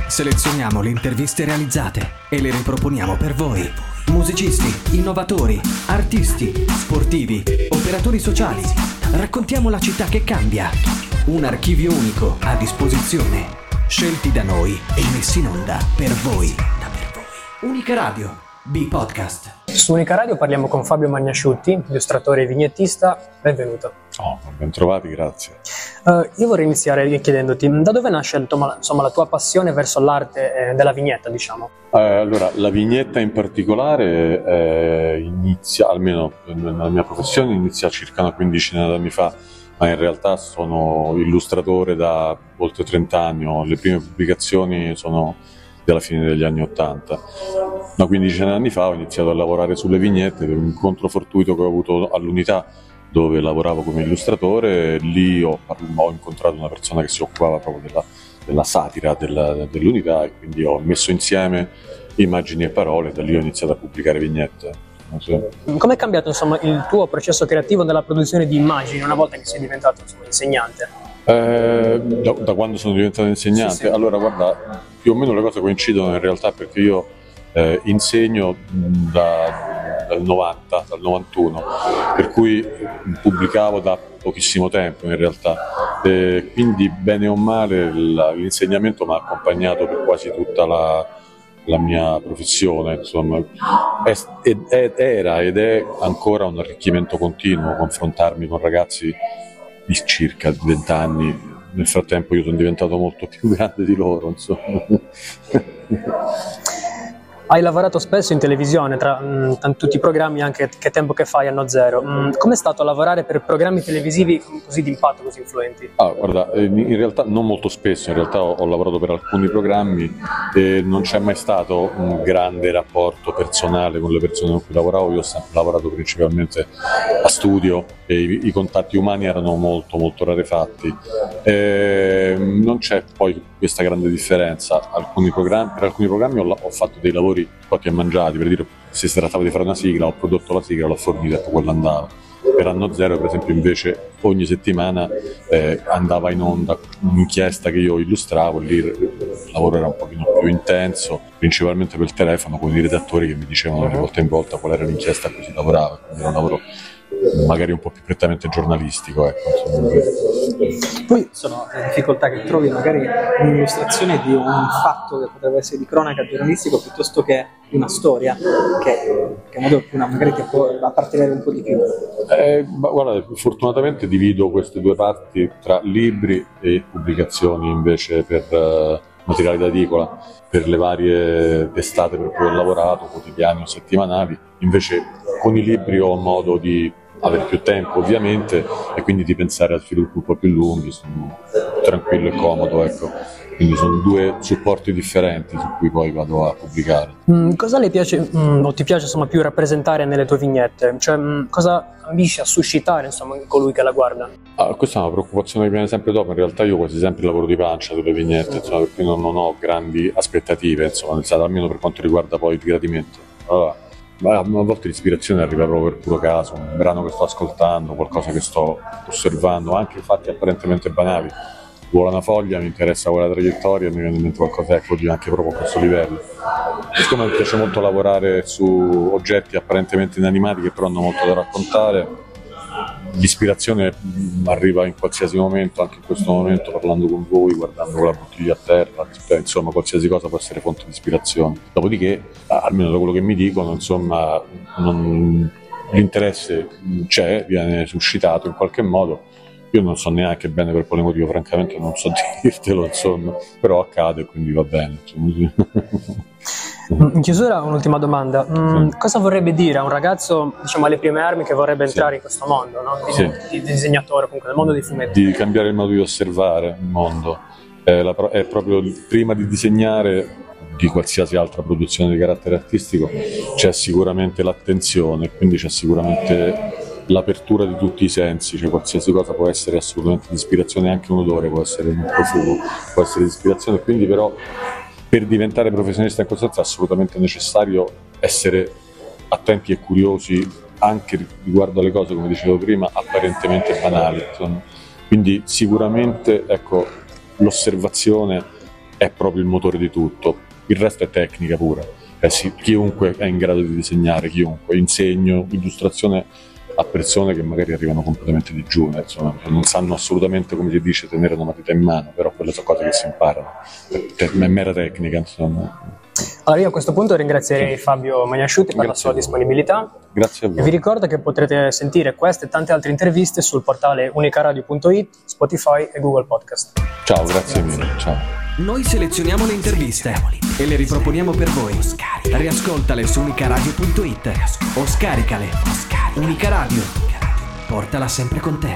Selezioniamo le interviste realizzate e le riproponiamo per voi. Musicisti, innovatori, artisti, sportivi, operatori sociali. Raccontiamo la città che cambia. Un archivio unico a disposizione. Scelti da noi e messi in onda per voi. Unica Radio, B-Podcast. Su Unica Radio parliamo con Fabio Magnasciutti, illustratore e vignettista. Benvenuto. Ben trovati, grazie. Io vorrei iniziare chiedendoti da dove nasce la tua passione verso l'arte della vignetta, diciamo? Allora, la vignetta in particolare inizia, almeno nella mia professione, inizia circa una quindicina d'anni fa, ma in realtà sono illustratore da oltre 30 anni. Le prime pubblicazioni sono della fine degli anni '80. Una quindicina d'anni fa ho iniziato a lavorare sulle vignette per un incontro fortuito che ho avuto all'Unità, dove lavoravo come illustratore. Lì ho incontrato una persona che si occupava proprio della satira dell'Unità, e quindi ho messo insieme immagini e parole, e da lì ho iniziato a pubblicare vignette. Come è cambiato il tuo processo creativo nella produzione di immagini una volta che sei diventato insegnante? Da quando sono diventato insegnante? Sì. Allora, guarda, più o meno le cose coincidono in realtà, perché io insegno dal 90, dal 91, per cui pubblicavo da pochissimo tempo in realtà, quindi bene o male l'insegnamento mi ha accompagnato per quasi tutta la mia professione, insomma. Era ed è ancora un arricchimento continuo confrontarmi con ragazzi di circa 20 anni. Nel frattempo io sono diventato molto più grande di loro, insomma. Hai lavorato spesso in televisione, tra tutti i programmi, anche Che tempo che fai, Anno Zero. Com'è stato lavorare per programmi televisivi così di impatto, così influenti? Guarda, in realtà non molto spesso, in realtà ho lavorato per alcuni programmi e non c'è mai stato un grande rapporto personale con le persone con cui lavoravo. Io ho sempre lavorato principalmente a studio e i contatti umani erano molto molto rarefatti. Non c'è poi questa grande differenza. Per alcuni programmi ho fatto dei lavori cotti e mangiati, per dire, se si trattava di fare una sigla, ho prodotto la sigla, l'ho fornita e poi quella andava. Per Anno Zero, per esempio, invece ogni settimana andava in onda un'inchiesta che io illustravo. Lì il lavoro era un pochino più intenso, principalmente per telefono, con i redattori che mi dicevano di volta in volta qual era l'inchiesta a cui si lavorava, quindi era un lavoro magari un po' più prettamente giornalistico, ecco. Poi sono le difficoltà che trovi magari nell'illustrazione di un fatto che potrebbe essere di cronaca giornalistico piuttosto che di una storia che magari ti può appartenere un po' di più. Guarda, fortunatamente divido queste due parti tra libri e pubblicazioni invece per materiale da edicola, per le varie testate per cui ho lavorato, quotidiani o settimanali. Invece con i libri ho modo di avere più tempo, ovviamente, e quindi di pensare a sviluppi un po' più lunghi, sono tranquillo e comodo, ecco. Quindi sono due supporti differenti su cui poi vado a pubblicare. Cosa le piace o ti piace più rappresentare nelle tue vignette? Cioè, cosa ambisci a suscitare colui che la guarda? Questa è una preoccupazione che viene sempre dopo. In realtà io quasi sempre lavoro di pancia sulle vignette, per cui non ho grandi aspettative, almeno per quanto riguarda poi il gradimento. Allora, a volte l'ispirazione arriva proprio per puro caso, un brano che sto ascoltando, qualcosa che sto osservando, anche fatti apparentemente banali. Vola una foglia, mi interessa quella traiettoria e mi viene in mente qualcosa anche proprio a questo livello. Siccome mi piace molto lavorare su oggetti apparentemente inanimati che però hanno molto da raccontare, l'ispirazione arriva in qualsiasi momento, anche in questo momento parlando con voi, guardando quella bottiglia a terra, insomma qualsiasi cosa può essere fonte di ispirazione. Dopodiché, almeno da quello che mi dicono, insomma, l'interesse c'è, viene suscitato in qualche modo. Io non so neanche bene per quale motivo, francamente non so dirtelo, insomma, però accade, quindi va bene. In chiusura un'ultima domanda, cosa vorrebbe dire a un ragazzo, alle prime armi, che vorrebbe entrare in questo mondo, no? Di disegnatore, comunque nel mondo dei fumetti? Di cambiare il modo di osservare il mondo, è proprio prima di disegnare, di qualsiasi altra produzione di carattere artistico, c'è sicuramente l'attenzione, quindi c'è sicuramente l'apertura di tutti i sensi, cioè qualsiasi cosa può essere assolutamente di ispirazione, anche un odore può essere un profumo, può essere di ispirazione, quindi però per diventare professionista in questo senso è assolutamente necessario essere attenti e curiosi anche riguardo alle cose, come dicevo prima, apparentemente banali. Quindi sicuramente, ecco, l'osservazione è proprio il motore di tutto, il resto è tecnica pura. Sì, chiunque è in grado di disegnare, chiunque. Insegno illustrazione a persone che magari arrivano completamente digiune, insomma, non sanno assolutamente, come si dice, tenere una matita in mano, però quelle sono cose che si imparano, è mera tecnica, insomma. Allora io a questo punto ringrazierei Fabio Magnasciutti per la sua disponibilità. Grazie a voi. E vi ricordo che potrete sentire queste e tante altre interviste sul portale unicaradio.it, Spotify e Google Podcast. Ciao, grazie mille. Ciao. Noi selezioniamo le interviste e le riproponiamo per voi. Riascoltale su unicaradio.it o scaricale. Unica Radio. Portala sempre con te.